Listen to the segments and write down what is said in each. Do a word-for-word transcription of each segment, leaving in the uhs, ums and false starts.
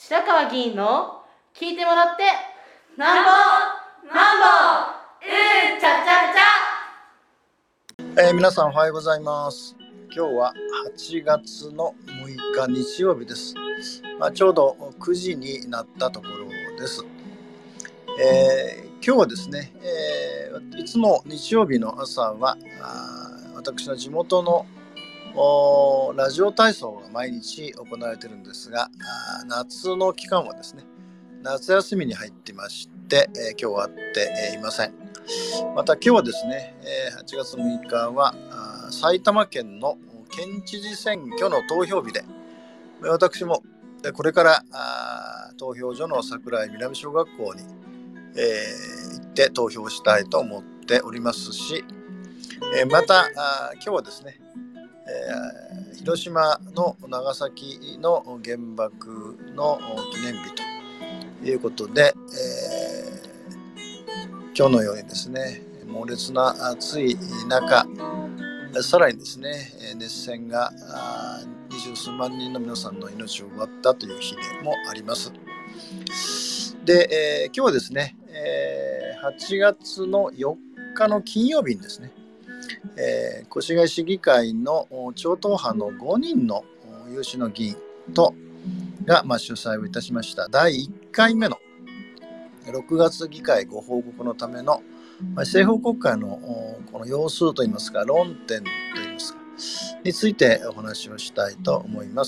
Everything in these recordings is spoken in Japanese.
白川議員の聞いてもらってなんぼなんぼうんちゃちゃちゃ、えー、皆さんおはようございます。今日ははちがつのむいか日曜日です。まあ、ちょうどくじになったところです。えー、今日はですね、えー、いつも日曜日の朝は私の地元のラジオ体操が毎日行われているんですが、夏の期間はですね、夏休みに入っていまして、えー、今日は会っていません。また今日はですね、はちがつむいかは埼玉県の県知事選挙の投票日で、私もこれから投票所の桜井南小学校に、えー、行って投票したいと思っておりますし、えー、また今日はですね、えー、広島の長崎の原爆の記念日ということで、えー、今日のようにですね、猛烈な暑い中、さらにですね、熱戦が二十数万人の皆さんの命を奪ったという日でもあります。で、えー、今日はですね、えー、はちがつのよっかの金曜日にですね、えー、越谷市議会の超党派のごにんの有志の議員とが、まあ、主催をいたしましただいいっかいめのろくがつ議会ご報告のための、まあ、政府国会のこの様子といいますか、論点といいますかについてお話をしたいと思います。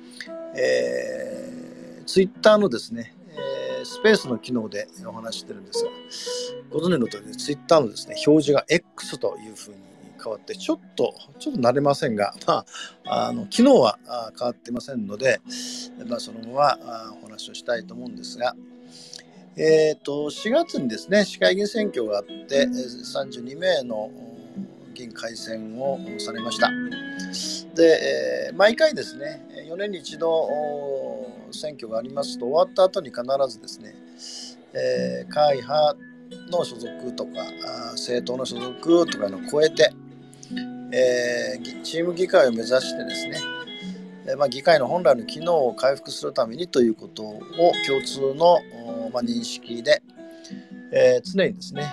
えー、ツイッターのですね、えー、スペースの機能でお話してるんですが、ご存知の通りツイッターのですね、表示が X というふうに変わってちょっとちょっと慣れませんが、まあ、あの機能は変わってませんので、まあ、そのままお話をしたいと思うんですが、えー、としがつにですね、市会議員選挙があってさんじゅうにめいの議員改選をされました。で、えー、毎回ですね、よねんに一度選挙がありますと終わった後に必ずですね、えー、会派の所属とか政党の所属とかのを超えて、えー、チーム議会を目指してですね、えーまあ、議会の本来の機能を回復するためにということを共通の、まあ、認識で、えー、常にですね、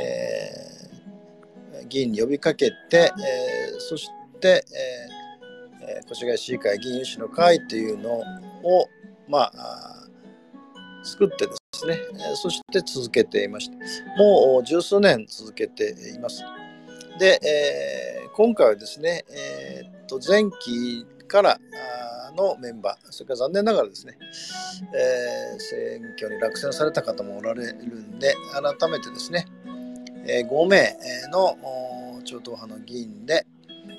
えー、議員に呼びかけて、えー、そして、えー、越谷市議会議員有志の会というのを、まあ、作ってですね、そして続けていまして、もう十数年続けています。で、えー、今回はですね、えー、っと前期からのメンバー、それから残念ながらですね、えー、選挙に落選された方もおられるんで、改めてですね、えー、ごめいの超党派の議員で、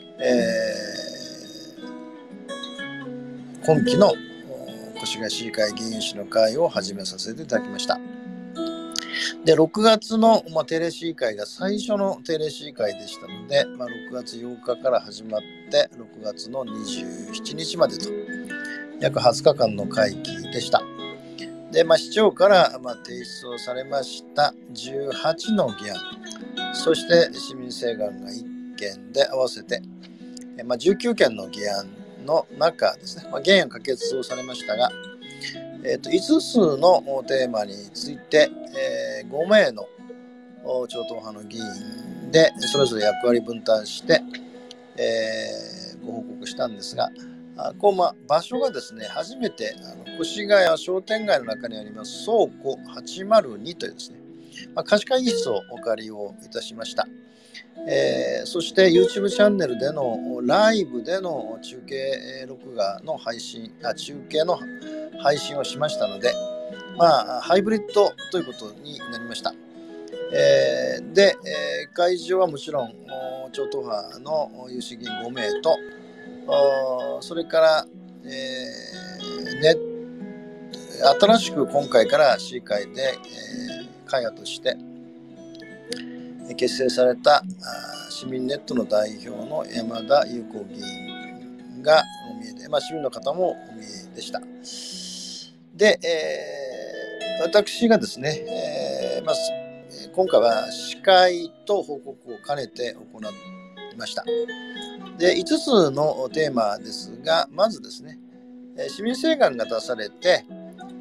えー、今期の越谷市議会議員有志の会を始めさせていただきました。で、ろくがつの、まあ、定例市議会が最初の定例市議会でしたので、まあ、ろくがつようかから始まってろくがつのにじゅうしちにちまでと約はつかかんの会期でした。で、まあ、市長から、まあ、提出をされましたじゅうはちの議案、そして市民請願がいっけんで合わせて、まあ、じゅうきゅうけんの議案の中ですね、まあ、原案可決をされましたが、えー、といつつのテーマについて、えー、ごめいの超党派の議員でそれぞれ役割分担して、えー、ご報告したんですが、あこうま場所がですね、初めてあの越谷商店街の中にあります倉庫はちまるにというですね、まあ、貸し会議室をお借りをいたしました。えー、そして YouTube チャンネルでのライブでの中継録画の配信、あ中継の配信をしましたので、まあ、ハイブリッドということになりました。えー、で、えー、会場はもちろん超党派の有志議員ごめいと、それから、えーね、新しく今回から市議会で、えー、会派として結成された市民ネットの代表の山田裕子議員がお見えで、まあ、市民の方もお見えでした。で、えー、私がですね、えーまあ、今回は司会と報告を兼ねて行いました。で、いつつのテーマですが、まずですね、市民請願が出されて、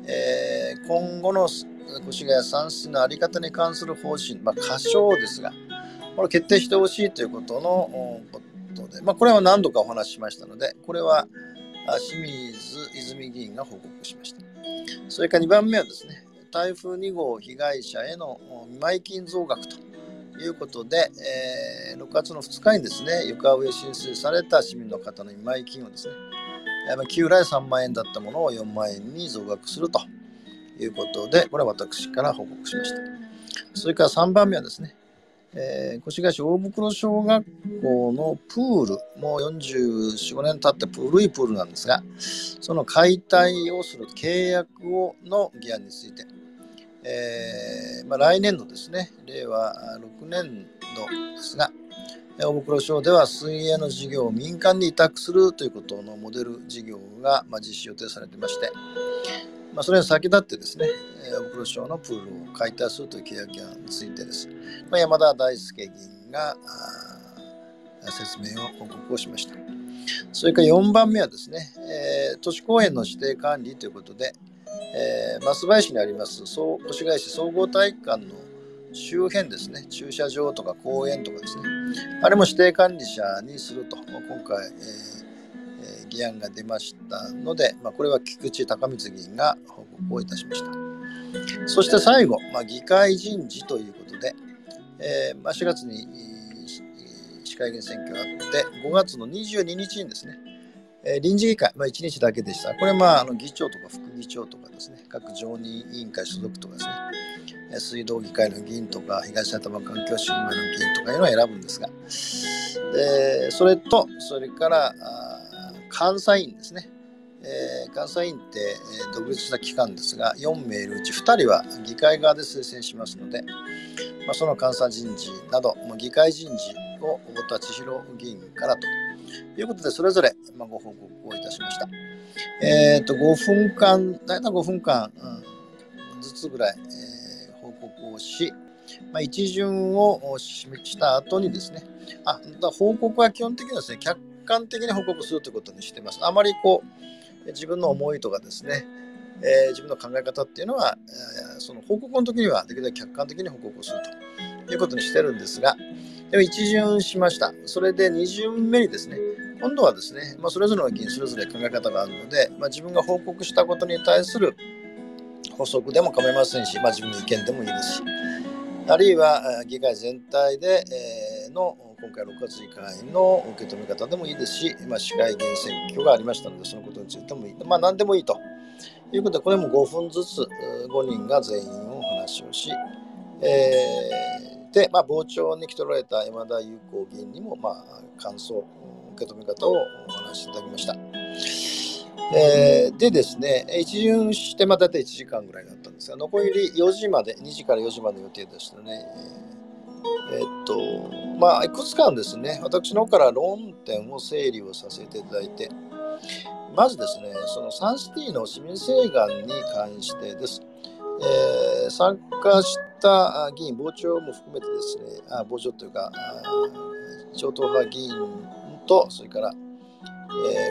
えー、今後の越谷サンシティの在り方に関する方針、まあ、仮称ですが、これ決定してほしいということのことで、まあ、これは何度かお話ししましたので、これは清水泉議員が報告しました。それからにばんめはですね、台風に号被害者への見舞金増額ということで、えー、ろくがつのふつかにですね、床上浸水された市民の方の見舞金をですね、旧来さんまんえんだったものをよんまんえんに増額するということで、これは私から報告しました。それからさんばんめはですね、えー、越谷市大袋小学校のプール、もうよんじゅうよん、ごねん経って古いプールなんですが、その解体をする契約をの議案について、えーまあ、来年度ですね、れいわろくねんどですが、大袋小では水泳の事業を民間に委託するということのモデル事業が、まあ、実施予定されていまして、まあ、それに先立ってですね、大袋小のプールを解体するという契約案についてです、まあ、山田大輔議員が説明を報告をしました。それからよんばんめはですね、えー、都市公園の指定管理ということで、えー、増林市にあります越谷市総合体育館の周辺ですね、駐車場とか公園とかですね、あれも指定管理者にすると、今回、えー、議案が出ましたので、まあ、これは菊池隆光議員が報告をいたしました。そして最後、まあ、議会人事ということで、えーまあ、しがつに市会議員選挙があって、ごがつのにじゅうににちにですね、えー、臨時議会、まあ、いちにちだけでした。これは、まあ、あの議長とか副議長とかですね、各常任委員会所属とかですね、水道議会の議員とか、東埼玉環境審議会の議員とかいうのを選ぶんですが、えー、それと、それから監査委員ですね。えー、監査委員って、えー、独立した機関ですが、よんめいいるうちふたりは議会側で推薦しますので、まあ、その監査人事など、まあ、議会人事を太田千尋議員からということで、それぞれ、まあ、ご報告をいたしました。えっ、ー、と、ごふんかん、だいたいごふんかん、うん、ずつぐらい、えー、報告をし、まあ、一巡をした後にですね、あ、だ報告は基本的にはですね、客観的に報告するということにしています。あまりこう、自分の思いとかですね、えー、自分の考え方っていうのは、えー、その報告の時にはできるだけ客観的に報告をするということにしてるんですが、でも一巡しました。それで二巡目にですね、今度はですね、まあ、それぞれの議員それぞれ考え方があるので、まあ、自分が報告したことに対する補足でも構いませんし、まあ、自分の意見でもいいですし、あるいは議会全体での今回ろくがつ議会の受け止め方でもいいですし、まあ、市会議員選挙がありましたので、そのことについてもいい。まあ、何でもいいということで、これもごふんずつごにんが全員お話をし、えー、で、まあ、傍聴に来ておられた山田裕子議員にも、まあ、感想、受け止め方をお話しいただきました。えー、でですね、一巡して、まあ、大体いちじかんぐらいだったんですが、残りよじまで、にじからよじまで予定でしたね。えー、っと、まあ、いくつかですね、私の方から論点を整理をさせていただいて、まずですね、そのサンシティの市民請願に関してです。えー、参加した議員、傍聴も含めてですね、あ傍聴というか、超党派議員と、それから、え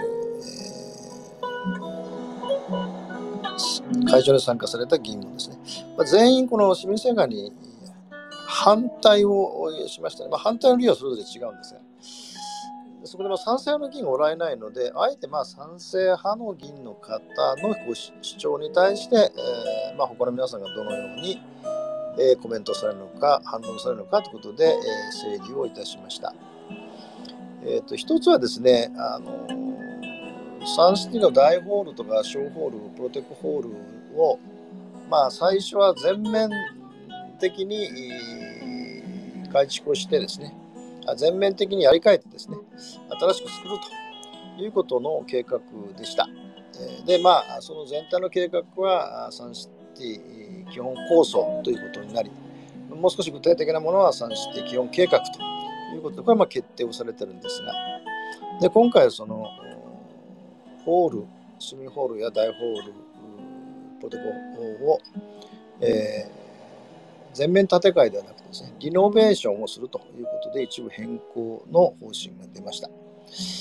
ー、会場で参加された議員もですね、まあ、全員この市民請願に反対をしましたね。まあ、反対の理由はそれぞれ違うんですが、そこでまあ賛成の議員がおられないので、あえてまあ賛成派の議員の方の主張に対して、えーまあ、他の皆さんがどのように、えー、コメントされるのか、反論されるのかということで、えー、整理をいたしました。えー、と一つはですね、あのサンシティの大ホールとか小ホール、プロテクホールを、まあ、最初は全面的に改築をしてですね、全面的にやり替えてですね、新しく作るということの計画でした。で、まあ、その全体の計画はサンシティ基本構想ということになり、もう少し具体的なものはサンシティ基本計画ということで、これはまあ決定をされてるんですが、で今回はそのホール、市民ホールや大ホール、プロテコを、えー、全面建て替えではなくてですね、リノベーションをするということで一部変更の方針が出ました。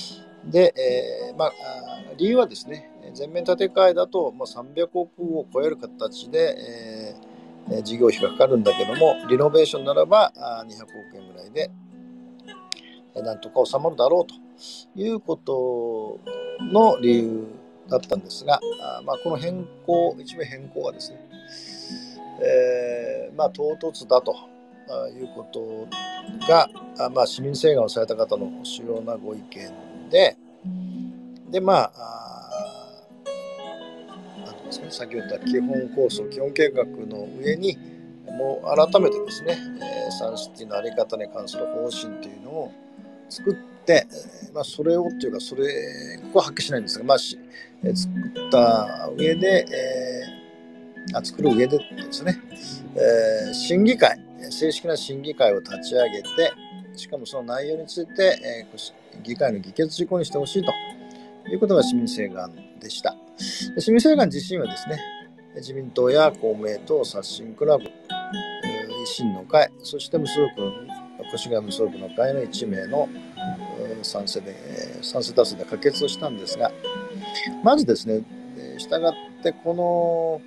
で、えーまあ、理由はですね、全面建て替えだと、まあ、さんびゃくおくを超える形で、えー、事業費がかかるんだけども、リノベーションならばにひゃくおくえんぐらいでなんとか収まるだろうということの理由だったんですが、あまあ、この変更、一部変更はですね、えーまあ、唐突だということが、まあ、市民請願をされた方の主要なご意見で、で、まあ、あなんていうんですかね、先ほど言った基本構想、基本計画の上に、もう改めてですね、えー、サンシティの在り方に関する方針というのを作って、まあ、それをというか、それ、ここは発揮しないんですが、まあ、し作った上で、えー、あ作る上でですね、えー、審議会、正式な審議会を立ち上げて、しかもその内容について、えー、議会の議決事項にしてほしいということが市民請願でした。で市民請願自身はですね、自民党や公明党、刷新クラブ、維新の会、そして無所属、越谷無所属の会のいちめいの賛成で、賛成多数で可決をしたんですが、まずですね、したがってこの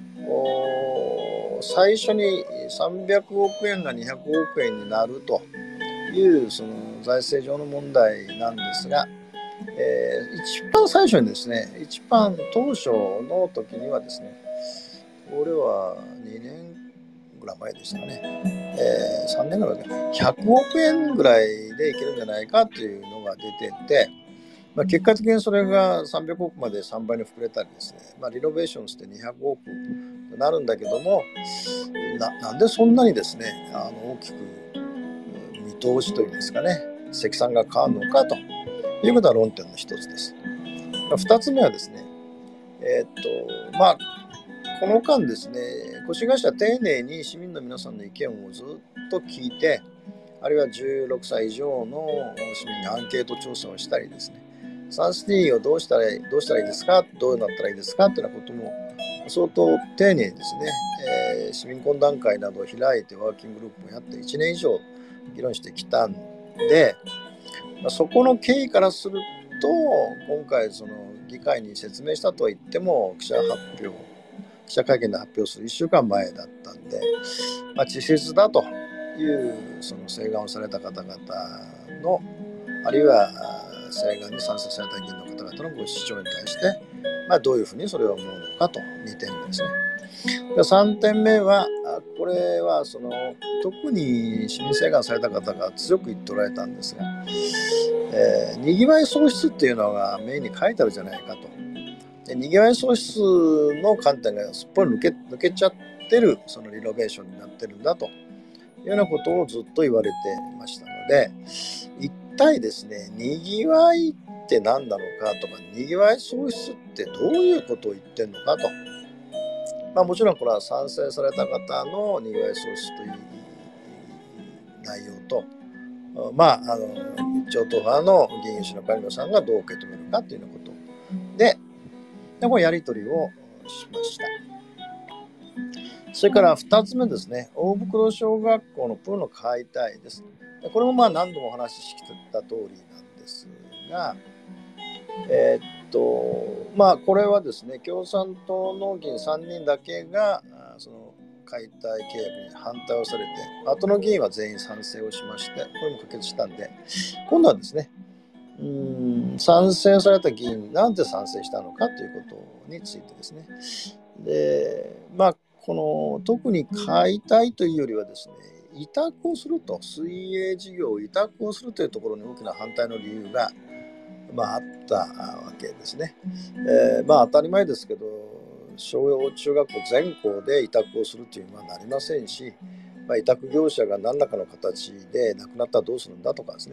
最初にさんびゃくおくえんがにひゃくおくえんになるというその財政上の問題なんですが、えー、一番最初にですね、一番当初の時にはですね、これはにねんぐらい前でしたかね、えー、さんねんぐらい前、ひゃくおくえんぐらいでいけるんじゃないかというのが出てて、まあ、結果的にそれがさんびゃくおくまでさんばいに膨れたりですね、まあ、リノベーションしてにひゃくおくになるんだけども、な, なんでそんなにですね、あの大きく見通しというんですかね、積算が変わるのかということは論点の一つです。まあ、ふたつめはですね、えー、っとまあこの間ですね、越谷市は丁寧に市民の皆さんの意見をずっと聞いて、あるいはじゅうろくさい以上の市民にアンケート調査をしたりですね、サンシティをどうしたらどうしたらいいですか、どうなったらいいですかというようなことも相当丁寧にですね、えー、市民懇談会などを開いてワーキンググループをやっていちねん以上議論してきたんで、そこの経緯からすると、今回その議会に説明したとは言っても、記者発表、記者会見で発表するいっしゅうかんまえだったんで、まあ、稚拙だというその請願をされた方々の、あるいは請願に賛成された議員の方々のご主張に対して、まあ、どういうふうにそれを思うのかとにてんめですね。さんてんめは、これはその特に市民請願された方が強く言っておられたんですが、えー、にぎわい創出っていうのがメインに書いてあるじゃないかと。でにぎわい創出の観点がすっぽり抜け、抜けちゃってるそのリノベーションになってるんだというようなことをずっと言われてましたので、一体ですね、にぎわいって何なのかとか、にぎわい創出ってどういうことを言ってるのかと。まあ、もちろんこれは賛成された方のにぎわい創出という内容と、まあ、あの超党派の議員有志の会のさんがどう受け止めるかというようなことで、でこのやり取りをしました。それからふたつめですね、大袋小学校のプールの解体です。これもまあ何度もお話ししてた通りなんですが、えー、っとまあこれはですね、共産党の議員さんにんだけがその解体契約に反対をされて、後の議員は全員賛成をしまして、これも可決したんで、今度はですね、うーん賛成された議員なんで賛成したのかということについてですね。で、まあこの特に解体というよりはですね、委託をすると、水泳事業を委託をするというところに大きな反対の理由が、まあ、あったわけですね。えー、まあ当たり前ですけど、小中学校全校で委託をするというのはなりませんし、まあ、委託業者が何らかの形で亡くなったらどうするんだとかですね、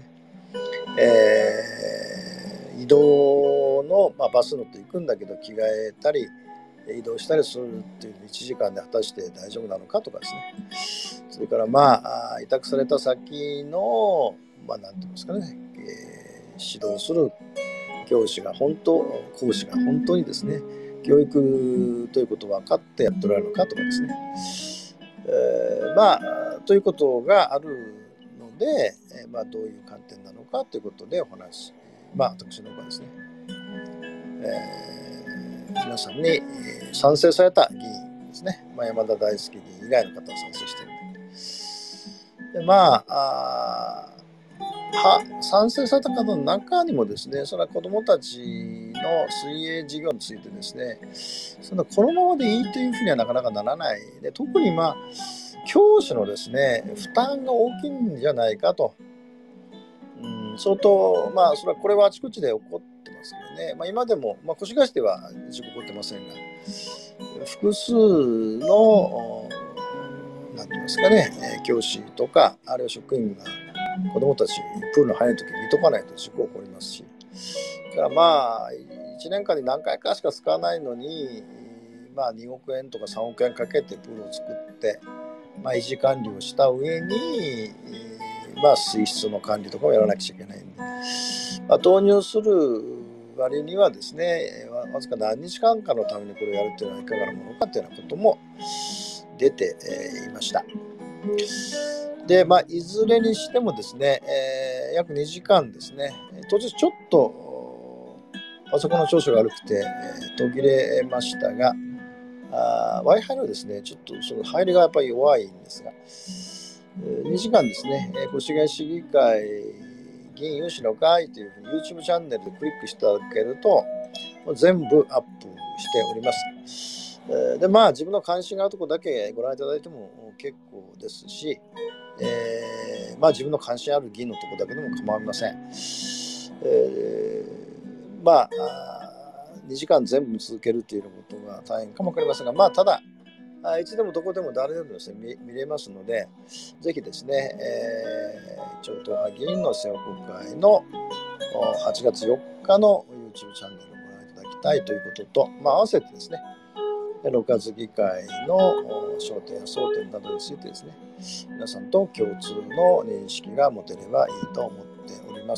えー、移動の、まあ、バス乗って行くんだけど着替えたり移動したりするっていういちじかんで果たして大丈夫なのかとかですね、それからまあ委託された先のまあ何て言うんですかね、えー、指導する教師が本当講師が本当にですね教育ということを分かってやっておられるのかとかですね、えー、まあということがあるので、えー、まあどういう観点なのかということでお話まあ私の方はですね、えー、皆さんに、えー、賛成された議員ですね、まあ、山田大輔議員以外の方は賛成しているので、でまあ、あは賛成された方の中にもですね、それは子どもたちの水泳事業についてですね、そのこのままでいいというふうにはなかなかならないで、特にまあ教師のですね負担が大きいんじゃないかと、うん、相当まあそれはこれはあちこちで起こってますけどね、まあ、今でも、まあ、越谷市では事故起こってませんが、複数のなんて言いますかね、教師とかあるいは職員が子どもたちプールの入るときに見とかないと事故起こりますし、だからまあいちねんかんに何回かしか使わないのに、まあ、におくえんとかさんおくえんかけてプールを作って、まあ、維持管理をした上に、まあ、水質の管理とかをやらなくちゃいけないんで、まあ、導入する割にはですね、わずか何日間かのためにこれをやるというのはいかがなものかというようなことも出ていました。で、まあ、いずれにしてもですね、えー、約にじかんですね、当日ちょっとパソコンの調子が悪くて、えー、途切れましたが、Wi-Fi のですね、ちょっとその入りがやっぱり弱いんですが、えー、にじかんですね、越谷市議会議員有志の会というふうに YouTube チャンネルでクリックしていただけると、全部アップしております。で、まあ、自分の関心があるところだけご覧いただいても結構ですし、えー、まあ、自分の関心ある議員のところだけでも構いません。えー、まあ、にじかん全部続けるということが大変かもわかりませんが、まあ、ただ、いつでもどこでも誰でもですね、見, 見れますので、ぜひですね、えー、超党派議員の選挙会のはちがつよっかの YouTube チャンネルをご覧いただきたいということと、まあ、合わせてですね、ろくがつ議会の焦点や争点などについてですね、皆さんと共通の認識が持てればいいと思っております。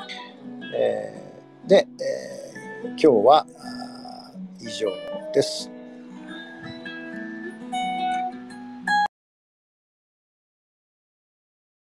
えー、で、えー、今日は以上です。